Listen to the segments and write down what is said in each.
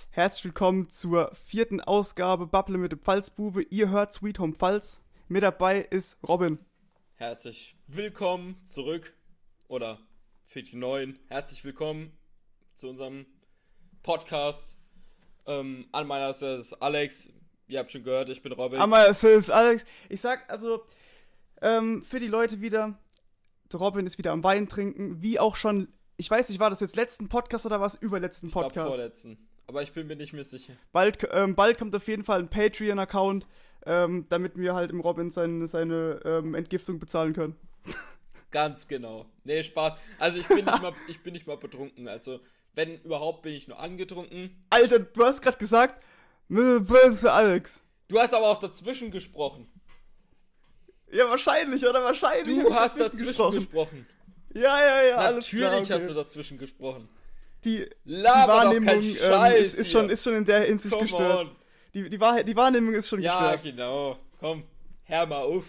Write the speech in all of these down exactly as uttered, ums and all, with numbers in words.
Herzlich willkommen zur vierten Ausgabe Babble mit dem Pfalzbube. Ihr hört Sweet Home Pfalz. Mit dabei ist Robin. Herzlich willkommen zurück, oder für die Neuen, herzlich willkommen zu unserem Podcast. Ähm, an meiner Seite ist Alex, ihr habt schon gehört, ich bin Robin. An meiner Seite ist Alex. Ich sag also, ähm, für die Leute wieder, der Robin ist wieder am Wein trinken, wie auch schon, ich weiß nicht, war das jetzt letzten Podcast oder war es überletzten Podcast? Ich glaub vorletzten, aber ich bin mir nicht mehr sicher. Bald, ähm, bald kommt auf jeden Fall ein Patreon-Account, ähm, damit wir halt im Robin seine, seine ähm, Entgiftung bezahlen können. Ganz genau. Nee, Spaß. Also ich bin nicht mal, ich bin nicht mal betrunken. Also wenn überhaupt, bin ich nur angetrunken. Alter, du hast gerade gesagt, für Alex. Du hast aber auch dazwischen gesprochen. Ja, wahrscheinlich, oder? Wahrscheinlich. Du hast dazwischen gesprochen. gesprochen. Ja, ja, ja, alles klar. Natürlich okay. hast du dazwischen gesprochen. Die, die Laber Wahrnehmung ähm, ist, ist, schon, ist schon in der Hinsicht Come gestört. On. Die, die, Wahrheit, die Wahrnehmung ist schon ja, gestört. Ja, genau. Komm, hör mal auf.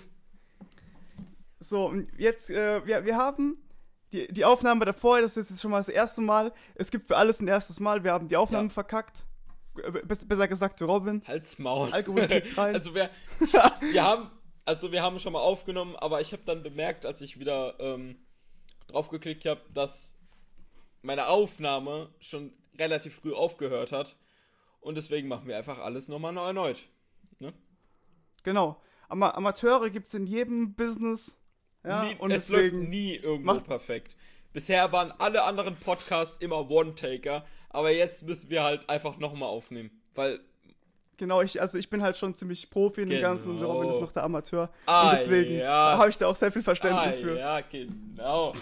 So, und jetzt, äh, wir, wir haben die, die Aufnahme davor, das ist jetzt schon mal das erste Mal. Es gibt für alles ein erstes Mal. Wir haben die Aufnahmen ja. verkackt. Bess, besser gesagt, Robin. Halt's Maul. Alkohol kickt rein. Also wir, wir haben, also wir haben schon mal aufgenommen, aber ich habe dann bemerkt, als ich wieder ähm, drauf geklickt habe, dass meine Aufnahme schon relativ früh aufgehört hat. Und deswegen machen wir einfach alles nochmal neu erneut. Ne? Genau. Ama- Amateure gibt es in jedem Business. Ja, nie, und es deswegen läuft nie irgendwo perfekt. Bisher waren alle anderen Podcasts immer One-Taker, aber jetzt müssen wir halt einfach nochmal aufnehmen, weil... Genau, ich, also ich bin halt schon ziemlich Profi in dem genau. Ganzen und Robin ist noch der Amateur. Ah, und deswegen ja. habe ich da auch sehr viel Verständnis ah, für. Ja, genau.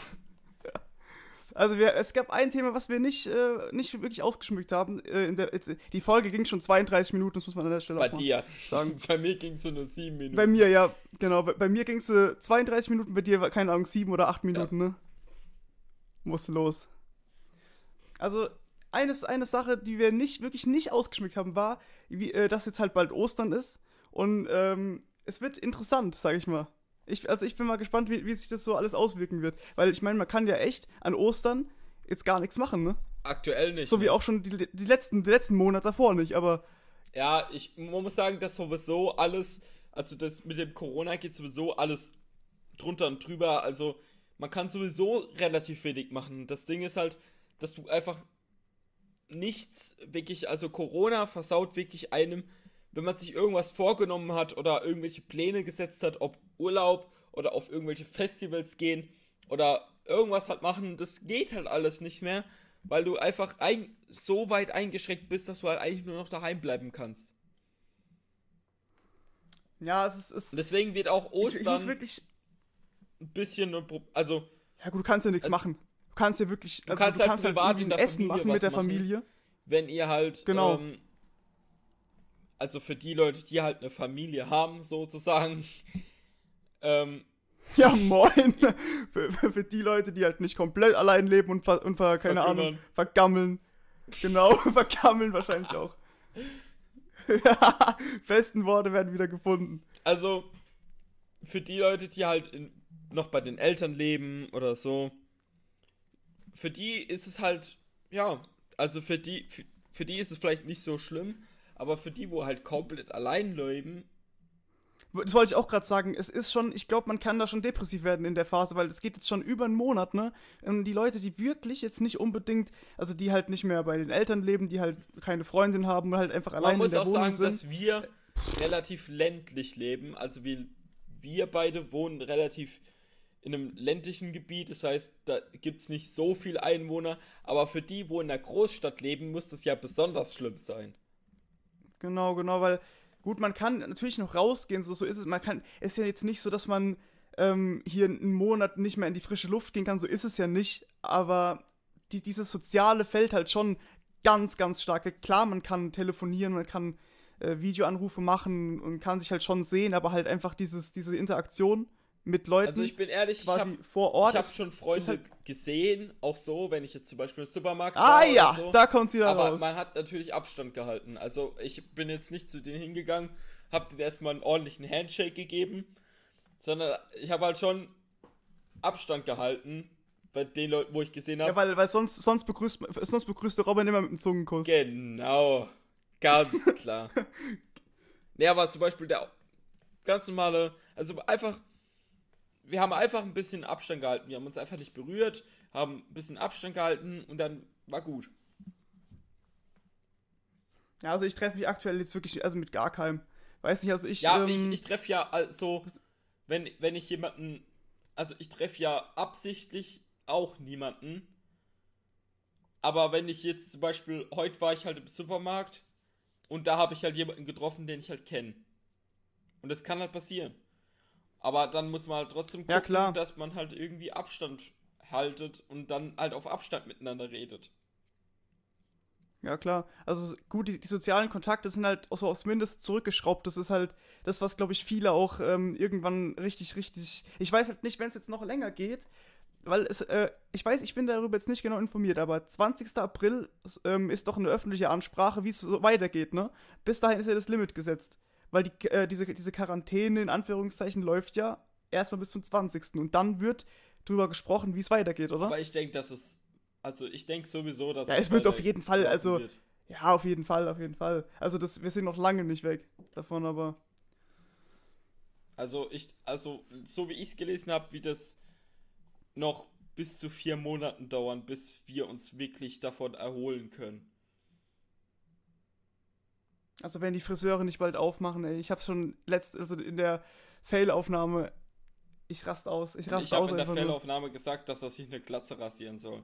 Also wir, es gab ein Thema, was wir nicht, äh, nicht wirklich ausgeschmückt haben. Äh, in der, jetzt, die Folge ging schon zweiunddreißig Minuten, das muss man an der Stelle bei auch mal dir. sagen. Bei mir ging es nur sieben Minuten. Bei mir, ja, genau. Bei, bei mir ging es äh, zweiunddreißig Minuten, bei dir, keine Ahnung, sieben oder acht Minuten, ja. ne? Musste los. Also, eines, eine Sache, die wir nicht, wirklich nicht ausgeschmückt haben, war, wie, äh, dass jetzt halt bald Ostern ist. Und ähm, es wird interessant, sag ich mal. Ich, also ich bin mal gespannt, wie, wie sich das so alles auswirken wird. Weil ich meine, man kann ja echt an Ostern jetzt gar nichts machen, ne? Aktuell nicht. So ne? wie auch schon die, die, letzten, die letzten Monate davor nicht, aber... Ja, ich man muss sagen, dass sowieso alles, also das mit dem Corona geht sowieso alles drunter und drüber. Also man kann sowieso relativ wenig machen. Das Ding ist halt, dass du einfach nichts wirklich, also Corona versaut wirklich einem, wenn man sich irgendwas vorgenommen hat oder irgendwelche Pläne gesetzt hat, ob Urlaub oder auf irgendwelche Festivals gehen oder irgendwas halt machen, das geht halt alles nicht mehr, weil du einfach ein, so weit eingeschränkt bist, dass du halt eigentlich nur noch daheim bleiben kannst. Ja, es ist... Es Und deswegen wird auch Ostern ich, ich muss wirklich ein bisschen, also... Ja gut, du kannst ja nichts also, machen. Du kannst ja wirklich... Du Also, kannst du halt kannst privat halt in der Essen Familie machen mit der machen, Familie. Wenn ihr halt... Genau. Ähm, also für die Leute, die halt eine Familie haben, sozusagen... ähm... Ja, moin. für, für, für die Leute, die halt nicht komplett allein leben und, ver, und ver, keine Verkümmern. Ahnung, vergammeln. Genau, vergammeln wahrscheinlich auch. Besten Worte werden wieder gefunden. Also, für die Leute, die halt in, noch bei den Eltern leben oder so, für die ist es halt, ja, also für die, für, für die ist es vielleicht nicht so schlimm, aber für die, wo halt komplett allein leben... Das wollte ich auch gerade sagen, es ist schon, ich glaube, man kann da schon depressiv werden in der Phase, weil es geht jetzt schon über einen Monat, ne? Und die Leute, die wirklich jetzt nicht unbedingt, also die halt nicht mehr bei den Eltern leben, die halt keine Freundin haben und halt einfach allein in der Wohnung sind. Man muss auch sagen, dass wir relativ ländlich leben, also wir, wir beide wohnen relativ in einem ländlichen Gebiet, das heißt, da gibt es nicht so viele Einwohner, aber für die, wo in der Großstadt leben, muss das ja besonders schlimm sein. Genau, genau, weil gut, man kann natürlich noch rausgehen, so, so ist es. Man kann, es ist ja jetzt nicht so, dass man ähm, hier einen Monat nicht mehr in die frische Luft gehen kann, so ist es ja nicht. Aber die, dieses Soziale fällt halt schon ganz, ganz stark. Klar, man kann telefonieren, man kann äh, Videoanrufe machen und kann sich halt schon sehen, aber halt einfach dieses, diese Interaktion mit Leuten. Also ich bin ehrlich, quasi ich habe vor Ort. Ich habe schon Freunde halt gesehen, auch so, wenn ich jetzt zum Beispiel im Supermarkt ah, war ja, oder so. Da kommt wieder aber raus. Aber man hat natürlich Abstand gehalten. Also ich bin jetzt nicht zu denen hingegangen, hab denen erstmal einen ordentlichen Handshake gegeben, sondern ich habe halt schon Abstand gehalten, bei den Leuten, wo ich gesehen Ja, habe. weil, weil sonst, sonst, begrüßt, sonst begrüßt der Robin immer mit einem Zungenkuss. Genau. Ganz klar. Nee, aber zum Beispiel der ganz normale, also einfach, wir haben einfach ein bisschen Abstand gehalten. Wir haben uns einfach nicht berührt, haben ein bisschen Abstand gehalten und dann war gut. Ja, also ich treffe mich aktuell jetzt wirklich, also mit gar keinem. Weiß nicht, also ich... Ja, ähm, ich, ich treffe ja also, wenn, wenn ich jemanden, also ich treffe ja absichtlich auch niemanden. Aber wenn ich jetzt zum Beispiel, heute war ich halt im Supermarkt und da habe ich halt jemanden getroffen, den ich halt kenne. Und das kann halt passieren. Aber dann muss man halt trotzdem gucken, Ja, klar. dass man halt irgendwie Abstand haltet und dann halt auf Abstand miteinander redet. Ja, klar. Also gut, die, die sozialen Kontakte sind halt so aufs Mindeste zurückgeschraubt. Das ist halt das, was, glaube ich, viele auch ähm, irgendwann richtig, richtig... Ich weiß halt nicht, wenn es jetzt noch länger geht, weil es, äh, ich weiß, ich bin darüber jetzt nicht genau informiert, aber zwanzigster April ähm, ist doch eine öffentliche Ansprache, wie es so weitergeht, ne? Bis dahin ist ja das Limit gesetzt. Weil die, äh, diese, diese Quarantäne in Anführungszeichen läuft ja erstmal bis zum zwanzigsten Und dann wird drüber gesprochen, wie es weitergeht, oder? Aber ich denke, dass es, also ich denke sowieso, dass Ja, es wird auf jeden Fall, laufen also, wird. ja, auf jeden Fall, auf jeden Fall. Also das, wir sind noch lange nicht weg davon, aber... Also ich, also so wie ich es gelesen habe, wird das noch bis zu vier Monaten dauern, bis wir uns wirklich davon erholen können. Also wenn die Friseure nicht bald aufmachen, ey, ich hab's schon letzt, also in der Fail-Aufnahme, ich rast aus, ich Und rast ich habe aus in der einfach nur. Fellaufnahme gesagt, dass er sich eine Glatze rasieren soll.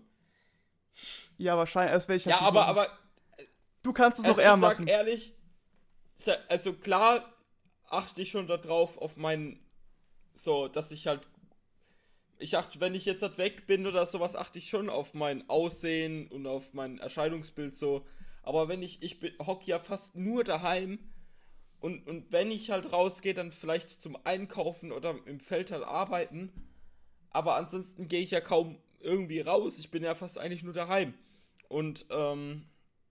Ja, wahrscheinlich, das werde ich Ja, halt nicht aber, machen. aber, Du kannst es also noch eher ich sag machen. ehrlich, se- also klar achte ich schon darauf, auf meinen, so, dass ich halt, ich achte, wenn ich jetzt halt weg bin oder sowas, achte ich schon auf mein Aussehen und auf mein Erscheinungsbild so. Aber wenn ich, ich bin, hock ja fast nur daheim und, und wenn ich halt rausgehe, dann vielleicht zum Einkaufen oder im Feld halt arbeiten. Aber ansonsten gehe ich ja kaum irgendwie raus. Ich bin ja fast eigentlich nur daheim. Und ähm,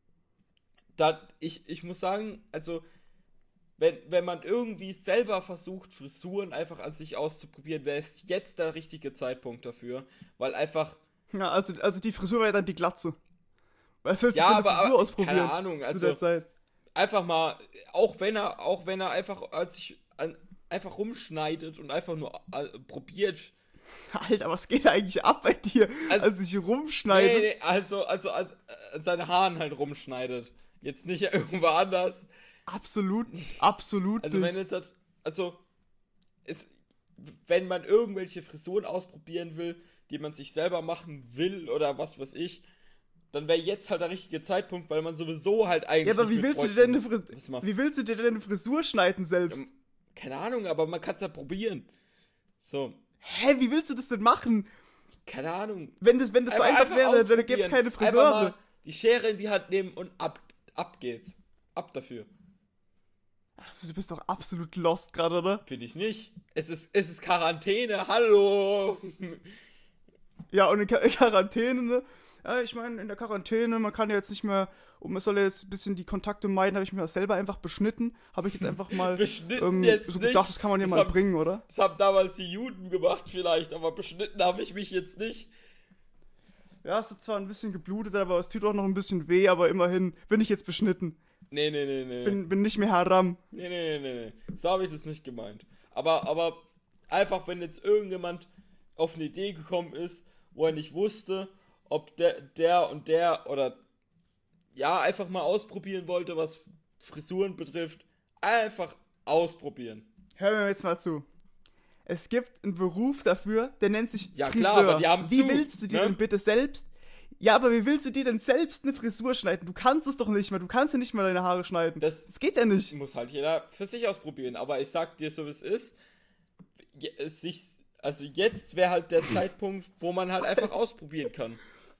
da, ich, ich muss sagen, also wenn, wenn man irgendwie selber versucht, Frisuren einfach an sich auszuprobieren, wäre es jetzt der richtige Zeitpunkt dafür. Weil einfach, Ja, also, also die Frisur wäre dann die Glatze. Was willst du ja, für eine aber, Frisur aber ausprobieren? keine Ahnung, Zu also der Zeit. einfach mal, auch wenn er, auch wenn er einfach, als ich an, einfach rumschneidet und einfach nur äh, probiert. Alter, was geht da eigentlich ab bei dir, Also- als ich rumschneide? Nee, nee, also, also an, an seine Haaren halt rumschneidet. Jetzt nicht irgendwo anders. Absolut, absolut Also wenn nicht. jetzt halt, also es, wenn man irgendwelche Frisuren ausprobieren will, die man sich selber machen will oder was weiß ich, dann wäre jetzt halt der richtige Zeitpunkt, weil man sowieso halt eigentlich. Ja, aber nicht wie mit willst, du dir denn eine Freunden Fris- was macht. wie willst du dir denn eine Frisur schneiden selbst? Ja, keine Ahnung, aber man kann es ja probieren. So, Hä, wie willst du das denn machen? keine Ahnung. Wenn das, wenn das so einfach, wäre, dann gäbe es keine Einfach Friseure. mal die Schere in die Hand nehmen und ab, ab geht's. Ab dafür. Achso, du bist doch absolut lost gerade, oder? Bin ich nicht. Es ist, es ist Quarantäne, hallo. Ja, und in Quar- Quarantäne, ne? Ja, ich meine, in der Quarantäne, man kann ja jetzt nicht mehr, und man soll ja jetzt ein bisschen die Kontakte meiden, habe ich mir das selber einfach beschnitten. Habe ich jetzt einfach mal Beschnitten ähm, jetzt so nicht. gedacht, das kann man ja Das mal haben- bringen, oder? Das haben damals die Juden gemacht vielleicht, aber beschnitten habe ich mich jetzt nicht. Ja, es hat zwar ein bisschen geblutet, aber es tut auch noch ein bisschen weh, aber immerhin bin ich jetzt beschnitten. Nee, nee, nee, nee. Bin, bin nicht mehr Haram. Nee, nee, nee, nee, nee. So habe ich das nicht gemeint. Aber, aber einfach, wenn jetzt irgendjemand auf eine Idee gekommen ist, wo er nicht wusste, ob der, der und der oder ja, einfach mal ausprobieren wollte, was Frisuren betrifft, einfach ausprobieren. Hör mir jetzt mal zu. Es gibt einen Beruf dafür, der nennt sich Ja, Friseur. klar, aber die haben Wie zu, willst du dir ne? denn bitte selbst... Ja, aber wie willst du dir denn selbst eine Frisur schneiden? Du kannst es doch nicht mehr. Du kannst ja nicht mal deine Haare schneiden. Das- das geht ja nicht. Muss halt jeder für sich ausprobieren. Aber ich sag dir so, wie es ist. Je- es sich, also jetzt wäre halt der Zeitpunkt, wo man halt einfach ausprobieren kann.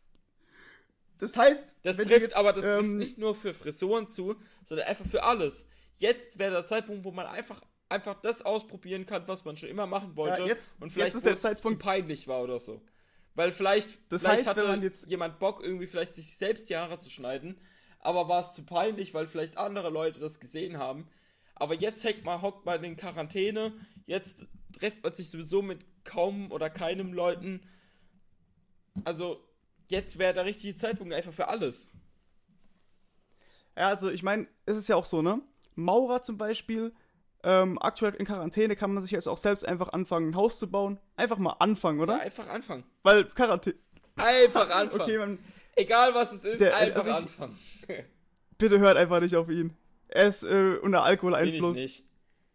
Das heißt, Das wenn du trifft, jetzt, aber das trifft ähm, nicht nur für Frisuren zu, sondern einfach für alles. Jetzt wäre der Zeitpunkt, wo man einfach, einfach das ausprobieren kann, was man schon immer machen wollte. Ja, jetzt- und vielleicht jetzt ist wo der es Zeitpunkt- zu peinlich war oder so. Weil vielleicht, Das vielleicht heißt, hatte wenn man jetzt- jemand Bock, irgendwie vielleicht sich selbst die Haare zu schneiden, aber war es zu peinlich, weil vielleicht andere Leute das gesehen haben. Aber jetzt hängt man, hockt man in Quarantäne, jetzt trifft man sich sowieso mit kaum oder keinem Leuten. also, jetzt wäre der richtige Zeitpunkt einfach für alles. Ja, also ich meine, es ist ja auch so, ne? Maurer zum Beispiel, ähm, aktuell in Quarantäne kann man sich jetzt auch selbst einfach anfangen, ein Haus zu bauen. Einfach mal anfangen, oder? Ja, einfach anfangen. Weil Quarantäne. Einfach anfangen. Okay, man, Egal was es ist, Der- einfach also ich- anfangen. bitte hört einfach nicht auf ihn. Er ist äh, unter Bin ich Alkoholeinfluss. nicht.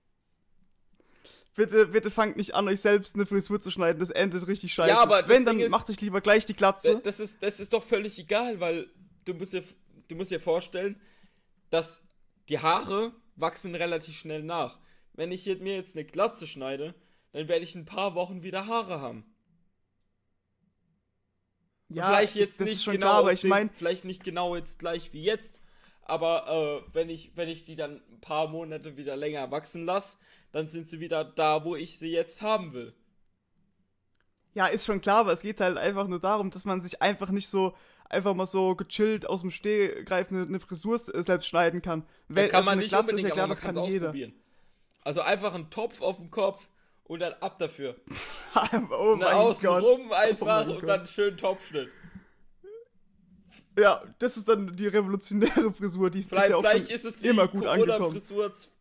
Bitte, bitte fangt nicht an, euch selbst eine Frisur zu schneiden. Das endet richtig scheiße. Ja, aber das Wenn, dann Ding ist- macht euch lieber gleich die Glatze. Das ist, das ist doch völlig egal, weil du musst dir, du musst dir vorstellen, dass die Haare wachsen relativ schnell nach. Wenn ich jetzt- mir jetzt eine Glatze schneide, dann werde ich in ein paar Wochen wieder Haare haben. Ja, vielleicht das- jetzt das nicht ist schon genau klar, aber aus ich dem- meine, vielleicht nicht genau jetzt gleich wie jetzt, aber äh, wenn ich wenn ich die dann ein paar Monate wieder länger wachsen lasse, dann sind sie wieder da, wo ich sie jetzt haben will. ja, ist schon klar, aber es geht halt einfach nur darum, dass man sich einfach nicht so einfach mal so gechillt aus dem Stehgreif eine, eine Frisur s- selbst schneiden kann. Da kann also man eine nicht Glatze unbedingt, ist ja klar, aber man das kann kann es jeder. ausprobieren. Also einfach einen Topf auf dem Kopf und dann ab dafür. Oh Und dann mein außen Gott. rum einfach mein und Gott. dann schön Topfschnitt. Ja, das ist dann die revolutionäre Frisur, die Vielleicht, ist ja auch vielleicht schon ist es die immer gut angekommen. Corona-Frisur. z-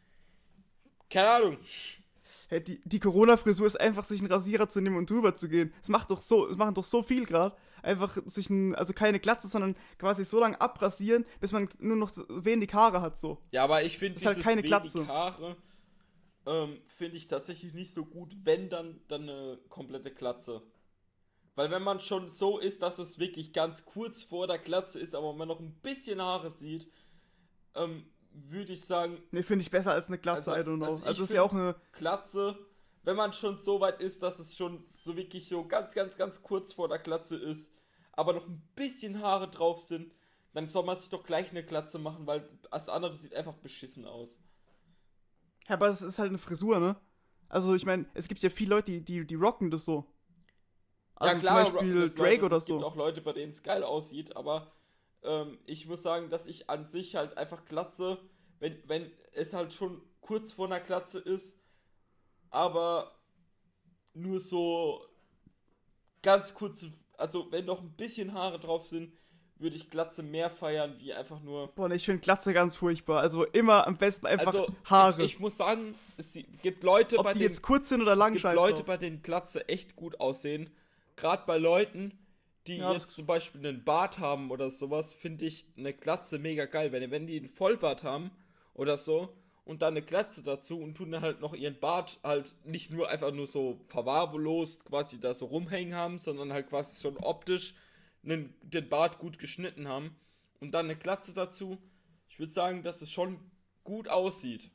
Keine Ahnung. Hey, die die Corona-Frisur ist einfach, sich einen Rasierer zu nehmen und drüber zu gehen. Das macht doch so, das machen doch so viel gerade. Einfach sich ein, also keine Glatze, sondern quasi so lange abrasieren, bis man nur noch so wenig Haare hat, so. Ja, aber ich finde Ist halt dieses keine wenig Glatze. Haare ähm, finde ich tatsächlich nicht so gut, wenn dann, dann eine komplette Glatze. Weil wenn man schon so ist, dass es wirklich ganz kurz vor der Glatze ist, aber man noch ein bisschen Haare sieht, ähm, würde ich sagen, Ne, finde ich besser als eine Glatze, Also- I don't know. also Also, ich ist ja auch find- eine. Glatze, wenn man schon so weit ist, dass es schon so wirklich so ganz, ganz, ganz kurz vor der Glatze ist, aber noch ein bisschen Haare drauf sind, dann soll man sich doch gleich eine Glatze machen, weil das andere sieht einfach beschissen aus. Ja, aber es ist halt eine Frisur, ne? Also, ich meine, es gibt ja viele Leute, die, die, die rocken das so. Also zum Beispiel rocken das Drake Leute, oder es gibt so. auch Leute, bei denen es geil aussieht, aber ähm, ich muss sagen, dass ich an sich halt einfach Glatze, wenn, wenn es halt schon kurz vor einer Glatze ist, aber nur so ganz kurze, also wenn noch ein bisschen Haare drauf sind, würde ich Glatze mehr feiern, wie einfach nur. Boah, ne, ich finde Glatze ganz furchtbar. Also immer am besten einfach Also Haare. ich muss sagen, es gibt Leute, Ob bei die denen jetzt kurz sind oder lang, es gibt scheiß Leute, drauf. bei denen Glatze echt gut aussehen. Gerade bei Leuten, die Ja, jetzt das- zum Beispiel einen Bart haben oder sowas, finde ich eine Glatze mega geil. Wenn, wenn die einen Vollbart haben oder so und dann eine Glatze dazu und tun dann halt noch ihren Bart halt nicht nur einfach nur so verwahrlost quasi da so rumhängen haben, sondern halt quasi schon optisch einen, den Bart gut geschnitten haben und dann eine Glatze dazu. Ich würde sagen, dass es schon gut aussieht.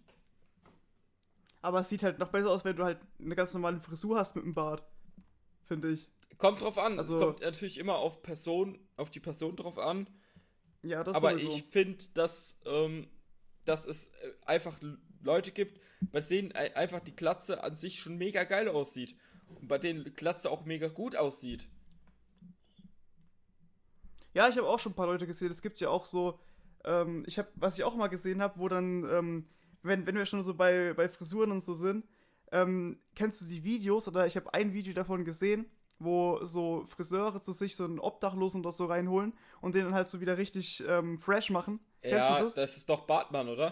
Aber es sieht halt noch besser aus, wenn du halt eine ganz normale Frisur hast mit dem Bart. Finde ich. Kommt drauf an. Also- es kommt natürlich immer auf Person, auf die Person drauf an. Ja, das Aber sowieso. ich finde, dass, ähm, dass es äh, einfach L- Leute gibt, bei denen ei- einfach die Glatze an sich schon mega geil aussieht. Und bei denen die Glatze auch mega gut aussieht. Ja, ich habe auch schon ein paar Leute gesehen. Es gibt ja auch so, ähm, ich habe, was ich auch mal gesehen habe, wo dann, ähm, wenn, wenn wir schon so bei, bei Frisuren und so sind, ähm, kennst du die Videos oder ich habe ein Video davon gesehen, wo so Friseure zu sich so einen Obdachlosen oder so reinholen und den dann halt so wieder richtig ähm, fresh machen. Kennst Ja, du das? das ist doch Bartmann, oder?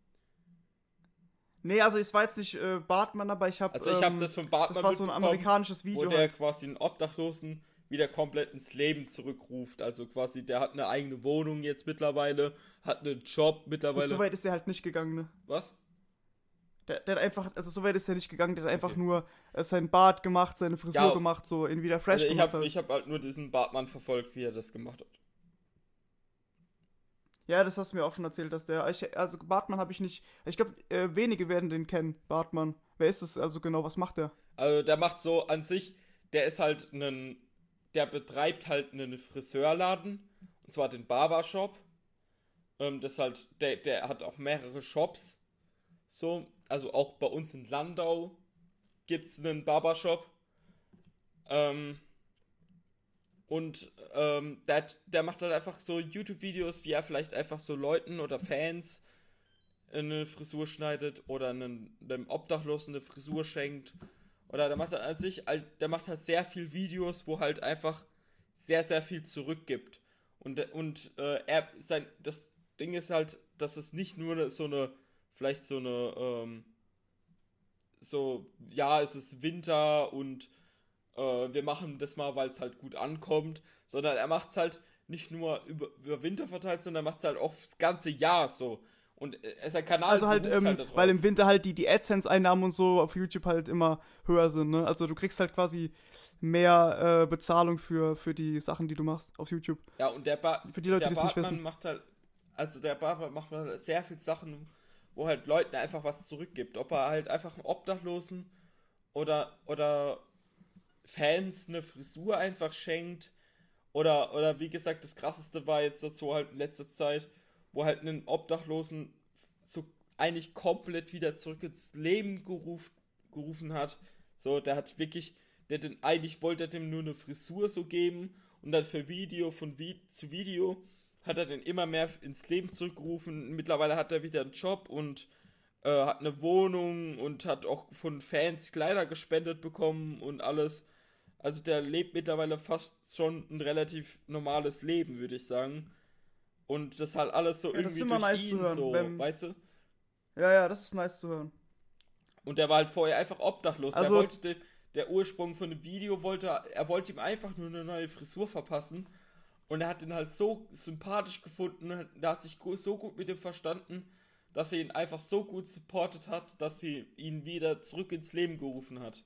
Nee, also es war jetzt nicht äh, Bartmann, aber ich habe Also ich habe ähm, das von Bartmann das war so ein mitbekommen, amerikanisches wo Video der halt. quasi einen Obdachlosen wieder komplett ins Leben zurückruft. Also quasi, der hat eine eigene Wohnung jetzt mittlerweile, hat einen Job Gut, mittlerweile. so weit ist der halt nicht gegangen, ne? Was? Der, der hat einfach, also so weit ist der nicht gegangen, der hat einfach Okay. nur äh, sein Bart gemacht, seine Frisur Ja, gemacht, so ihn wieder fresh Also ich gemacht habe halt. ich hab halt nur diesen Bartmann verfolgt, wie er das gemacht hat. Ja, das hast du mir auch schon erzählt, dass der, ich, also Bartmann habe ich nicht, ich glaube, äh, wenige werden den kennen, Bartmann. Wer ist das also genau, was macht der? Also der macht so an sich, der ist halt ein, der betreibt halt einen Friseurladen, und zwar den Barbershop. Ähm, das halt, der, der hat auch mehrere Shops. So, also auch bei uns in Landau gibt es einen Barbershop. Ähm, und ähm, der, der macht halt einfach so YouTube-Videos, wie er vielleicht einfach so Leuten oder Fans eine Frisur schneidet oder einen, einem Obdachlosen eine Frisur schenkt. Oder der macht halt an sich, halt- der macht halt sehr viel Videos, wo halt einfach sehr, sehr viel zurückgibt. Und, und äh, er, sein, das Ding ist halt, dass es nicht nur so eine, vielleicht so eine, ähm, so, ja, es ist Winter und äh, wir machen das mal, weil es halt gut ankommt, sondern er macht es halt nicht nur über, über Winter verteilt, sondern er macht es halt auch das ganze Jahr so. Und äh, sein Kanal Also halt, beruft ähm, halt da drauf. weil im Winter halt die, die AdSense-Einnahmen und so auf YouTube halt immer höher sind, ne? Also du kriegst halt quasi mehr äh, Bezahlung für, für die Sachen, die du machst auf YouTube. Ja, und der, ba Für die Leute, der die das nicht Bartmann wissen. macht halt, also der Bartmann macht halt sehr viel Sachen, wo halt Leuten einfach was zurückgibt. Ob er halt einfach einem Obdachlosen oder, oder Fans eine Frisur einfach schenkt. Oder, oder wie gesagt, das krasseste war jetzt dazu halt in letzter Zeit, wo halt einen Obdachlosen so eigentlich komplett wieder zurück ins Leben geruf, gerufen hat. So, der hat wirklich, der den, eigentlich wollte er dem nur eine Frisur so geben und dann für Video, von Vi zu Video, hat er den immer mehr ins Leben zurückgerufen. Mittlerweile hat er wieder einen Job und äh, hat eine Wohnung und hat auch von Fans Kleider gespendet bekommen und alles. Also der lebt mittlerweile fast schon ein relativ normales Leben, würde ich sagen. Und das halt alles so Ja, das irgendwie ist immer durch nice ihn zu hören, so, wenn- weißt du? Ja, ja, das ist nice zu hören. Und der war halt vorher einfach obdachlos. Also- der wollte den, der Ursprung von dem Video wollte, er wollte ihm einfach nur eine neue Frisur verpassen. Und er hat ihn halt so sympathisch gefunden, der hat sich gu- so gut mit ihm verstanden, dass er ihn einfach so gut supportet hat, dass sie ihn wieder zurück ins Leben gerufen hat.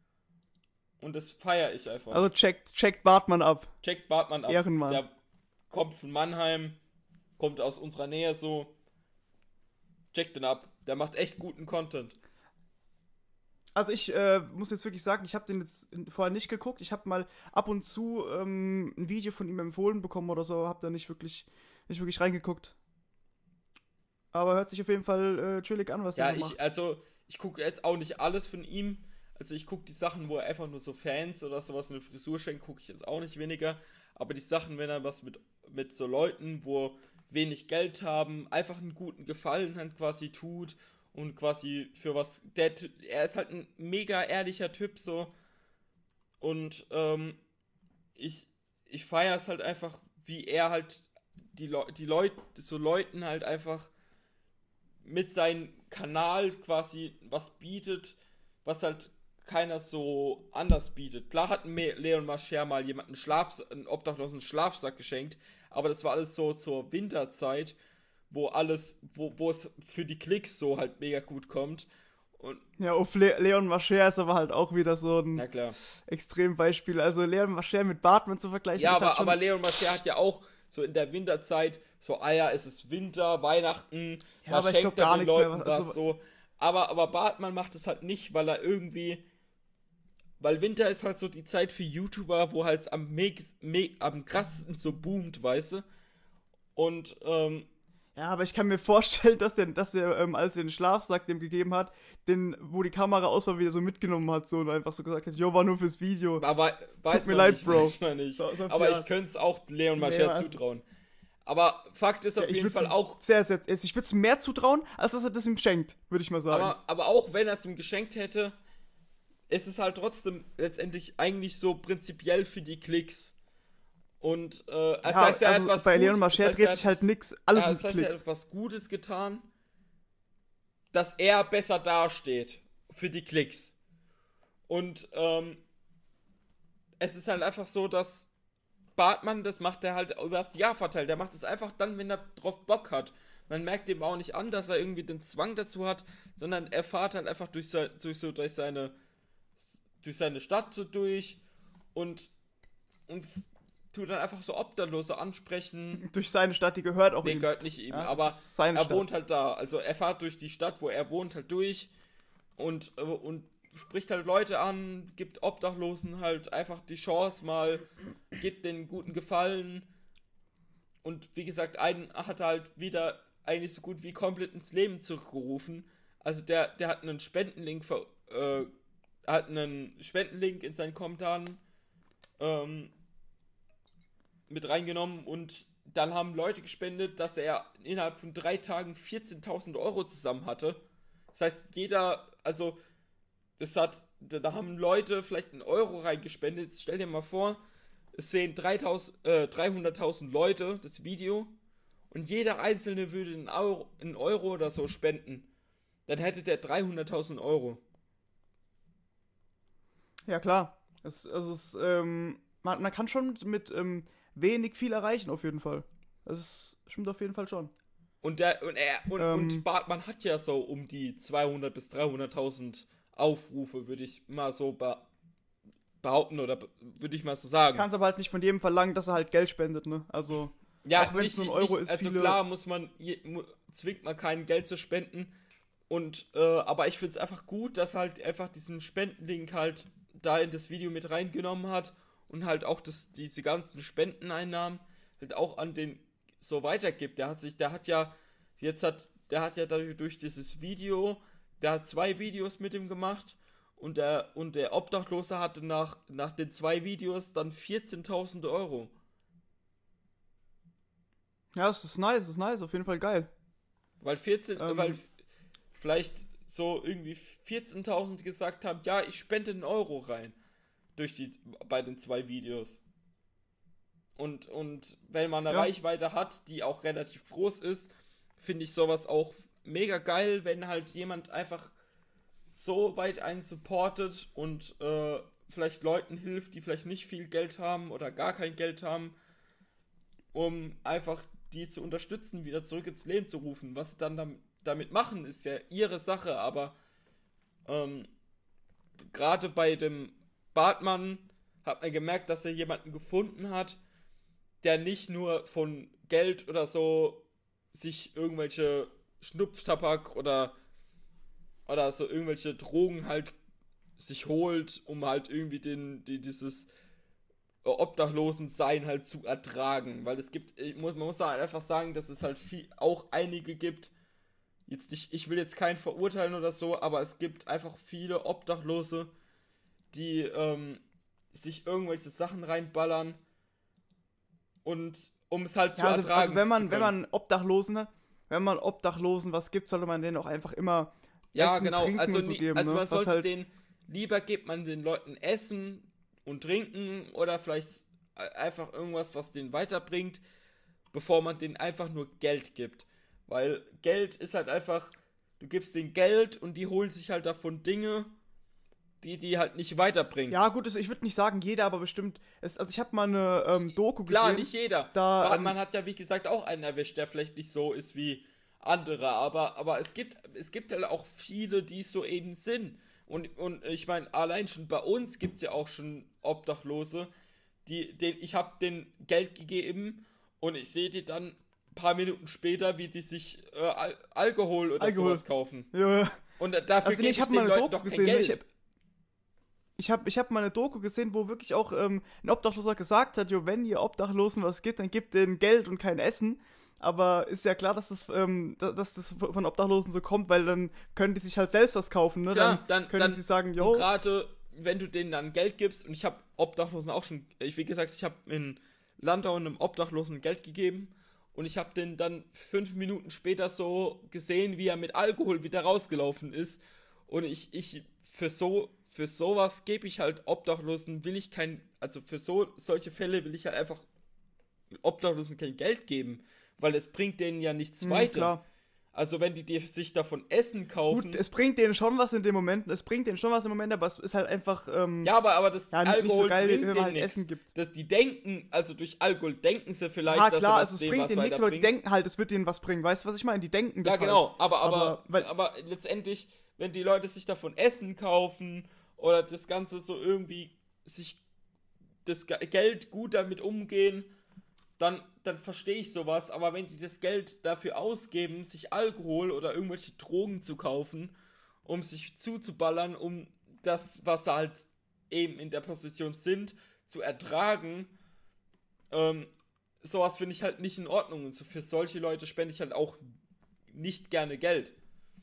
Und das feiere ich einfach. Also checkt, checkt Bartmann ab. Checkt Bartmann ab. Ehrenmann. Der kommt von Mannheim, kommt aus unserer Nähe so. Checkt den ab. Der macht echt guten Content. Also ich äh, muss jetzt wirklich sagen, ich habe den jetzt vorher nicht geguckt. Ich habe mal ab und zu ähm, ein Video von ihm empfohlen bekommen oder so, habe da nicht wirklich, nicht wirklich reingeguckt. Aber hört sich auf jeden Fall äh, chillig an, was Ja, er so ich, macht. also, ich gucke jetzt auch nicht alles von ihm. Also ich gucke die Sachen, wo er einfach nur so Fans oder sowas eine Frisur schenkt, gucke ich jetzt auch nicht weniger. Aber die Sachen, wenn er was mit, mit so Leuten, wo wenig Geld haben, einfach einen guten Gefallen halt quasi tut und quasi für was, der, er ist halt ein mega ehrlicher Typ so und ähm, ich, ich feiere es halt einfach, wie er halt die, Le die Leute, so Leuten halt einfach mit seinem Kanal quasi was bietet, was halt keiner so anders bietet. Klar hat Me Leon Mascher mal jemanden Schlaf, einen obdachlosen Schlafsack geschenkt, aber das war alles so zur Winterzeit, wo alles, wo, wo es für die Klicks so halt mega gut kommt. Und Ja, auf Le Leon Mascher ist aber halt auch wieder so ein na klar. Extrembeispiel. Also Leon Mascher mit Bartmann zu vergleichen, Ja, ist aber, halt schon... aber Leon Mascher hat ja auch so in der Winterzeit so, ah ja, es ist Winter, Weihnachten, Ja, da aber ich schenkt glaub er gar den nichts mehr, Leuten was- also- was so. Aber, aber Bartmann macht es halt nicht, weil er irgendwie, weil Winter ist halt so die Zeit für YouTuber, wo halt am, meg- me- am krassesten so boomt, weißt du? Und, ähm, Ja, aber ich kann mir vorstellen, dass der, dass der ähm, als er den Schlafsack dem gegeben hat, den, wo die Kamera aus war, wieder so mitgenommen hat so und einfach so gesagt hat, jo, war nur fürs Video. aber weiß mir man leid, nicht, Bro. weiß man nicht. So- so auf aber die ich Art. könnte es auch Leon Nee, Mascher also- zutrauen. Aber Fakt ist auf Ja, ich jeden würd's Fall ihm auch, sehr, sehr, ich würde es mehr zutrauen, als dass er das ihm schenkt, würde ich mal sagen. aber, aber auch wenn er es ihm geschenkt hätte, ist es halt trotzdem letztendlich eigentlich so prinzipiell für die Klicks. Und äh, es ja, heißt, er also hat was bei gut- Leon das Mascher heißt, dreht er sich hat halt was- nix, alles ja, mit das heißt, er Klicks. hat was Gutes getan, dass er besser dasteht für die Klicks. Und ähm, es ist halt einfach so, dass Bartmann, das macht er halt über das Jahr verteilt. Der macht es einfach dann, wenn er drauf Bock hat. Man merkt ihm auch nicht an, dass er irgendwie den Zwang dazu hat, sondern er fährt halt einfach durch, sein, durch, so, durch, seine, durch seine Stadt so durch und, und tut dann einfach so Obdachlose ansprechen. Durch seine Stadt, die gehört auch Nee, ihm. gehört nicht ihm, Ja, das aber ist seine er Stadt. wohnt halt da. Also er fährt durch die Stadt, wo er wohnt, halt durch und, äh, und spricht halt Leute an, gibt Obdachlosen halt einfach die Chance mal, gibt den guten Gefallen. Und wie gesagt, einen hat er halt wieder eigentlich so gut wie komplett ins Leben zurückgerufen. Also der, der hat einen Spendenlink ver, äh, hat einen Spendenlink in seinen Kommentaren ähm, mit reingenommen und dann haben Leute gespendet, dass er innerhalb von drei Tagen vierzehntausend Euro zusammen hatte. Das heißt, jeder, also das hat, da haben Leute vielleicht einen Euro reingespendet. Jetzt stell dir mal vor, es sehen dreitausend, äh, dreihunderttausend Leute das Video und jeder Einzelne würde einen Euro, einen Euro oder so spenden, dann hätte der dreihunderttausend Euro. Ja, klar. Es, also es, ähm, man, man kann schon mit ähm, wenig viel erreichen, auf jeden Fall. Das ist, stimmt auf jeden Fall schon. Und der und er und, Ähm. und Bartmann hat ja so um die zweihundert bis dreihunderttausend Aufrufe, würde ich mal so be behaupten oder be würde ich mal so sagen. Kannst aber halt nicht von jedem verlangen, dass er halt Geld spendet, ne? Also, Ja, auch wenn es nicht, nur ein Euro nicht, ist, also viele... klar muss man, je, mu, zwingt man kein Geld zu spenden. Und, äh, aber ich finde es einfach gut, dass halt einfach diesen Spendenlink halt da in das Video mit reingenommen hat und halt auch das, diese ganzen Spendeneinnahmen halt auch an den so weitergibt. Der hat sich, der hat ja, jetzt hat, der hat ja dadurch durch dieses Video, der hat zwei Videos mit ihm gemacht und der, und der Obdachlose hatte nach, nach den zwei Videos dann vierzehntausend Euro. Ja, das ist nice, das ist nice, auf jeden Fall geil. Weil vierzehn, Ähm. weil vielleicht so irgendwie vierzehntausend gesagt haben, ja, ich spende einen Euro rein. Durch die, bei den zwei Videos. Und, und wenn man eine Ja. Reichweite hat, die auch relativ groß ist, finde ich sowas auch mega geil, wenn halt jemand einfach so weit einen supportet und äh, vielleicht Leuten hilft, die vielleicht nicht viel Geld haben oder gar kein Geld haben, um einfach die zu unterstützen, wieder zurück ins Leben zu rufen. Was sie dann dam damit machen, ist ja ihre Sache, aber ähm, gerade bei dem Bartmann hat man gemerkt, dass er jemanden gefunden hat, der nicht nur von Geld oder so sich irgendwelche Schnupftabak oder oder so irgendwelche Drogen halt sich holt, um halt irgendwie den, die, dieses Obdachlosensein halt zu ertragen, weil es gibt, ich muss, man muss halt einfach sagen, dass es halt viel, auch einige gibt, jetzt nicht, ich will jetzt keinen verurteilen oder so, aber es gibt einfach viele Obdachlose, die ähm, sich irgendwelche Sachen reinballern und um es halt zu Ja, also, ertragen. also wenn zu man, wenn können. man Obdachlosen, wenn man Obdachlosen was gibt, sollte man denen auch einfach immer Ja, Essen, genau, Trinken also, und so nie- geben, also ne? man Was sollte halt, den, lieber gibt man den Leuten Essen und Trinken oder vielleicht e- einfach irgendwas, was den weiterbringt, bevor man denen einfach nur Geld gibt. Weil Geld ist halt einfach, du gibst denen Geld und die holen sich halt davon Dinge, die die halt nicht weiterbringen. ja gut, also ich würde nicht sagen jeder, aber bestimmt, es, also ich habe mal eine ähm, Doku gesehen. Klar, nicht jeder. da, Man, ähm, man hat ja, wie gesagt, auch einen erwischt, der vielleicht nicht so ist wie andere, aber, aber es gibt, es gibt halt auch viele, die so eben sind. Und, und ich meine, allein schon bei uns gibt es ja auch schon Obdachlose, die, den, ich habe denen Geld gegeben und ich sehe die dann ein paar Minuten später, wie die sich äh, Al Alkohol oder Alkohol. sowas kaufen. ja, Und dafür also nee, gebe ich ich habe den mal eine Leuten Doku doch kein gesehen, ne? Geld. ich habe ich hab, ich hab mal eine Doku gesehen, wo wirklich auch ähm, ein Obdachloser gesagt hat, jo, wenn ihr Obdachlosen was gibt, dann gebt denen Geld und kein Essen. Aber ist ja klar, dass das, ähm, da- dass das von Obdachlosen so kommt, weil dann können die sich halt selbst was kaufen, ne? Klar, dann, dann- können dann- sie sagen, Und jo, gerade wenn du denen dann Geld gibst, und ich habe Obdachlosen auch schon, ich wie gesagt, ich habe in Landau einem Obdachlosen Geld gegeben und ich habe den dann fünf Minuten später so gesehen, wie er mit Alkohol wieder rausgelaufen ist. Und ich, ich, für so, für sowas gebe ich halt Obdachlosen, will ich kein, also für so, solche Fälle will ich halt einfach Obdachlosen kein Geld geben, weil es bringt denen ja nichts hm, weiter. klar. Also wenn die, die sich davon Essen kaufen. Gut, es bringt denen schon was in dem Moment, es bringt denen schon was im Moment, aber es ist halt einfach, ähm, Ja, aber, aber das ja, nicht Alkohol so geil, bringt wenn man denen halt nichts. Essen gibt. Das, die denken, also durch Alkohol denken sie vielleicht, Ja, dass klar, sie also was es denen bringt was denen nichts, aber die weiterbringt. denken halt, es wird denen was bringen. Weißt du, was ich meine? Die denken Ja, das genau, halt. aber, aber, Aber, weil- aber letztendlich, wenn die Leute sich davon Essen kaufen oder das Ganze so irgendwie sich das Ge- Geld gut damit umgehen, dann, dann verstehe ich sowas, aber wenn die das Geld dafür ausgeben, sich Alkohol oder irgendwelche Drogen zu kaufen, um sich zuzuballern, um das, was sie halt eben in der Position sind, zu ertragen, ähm, sowas finde ich halt nicht in Ordnung und so für solche Leute spende ich halt auch nicht gerne Geld.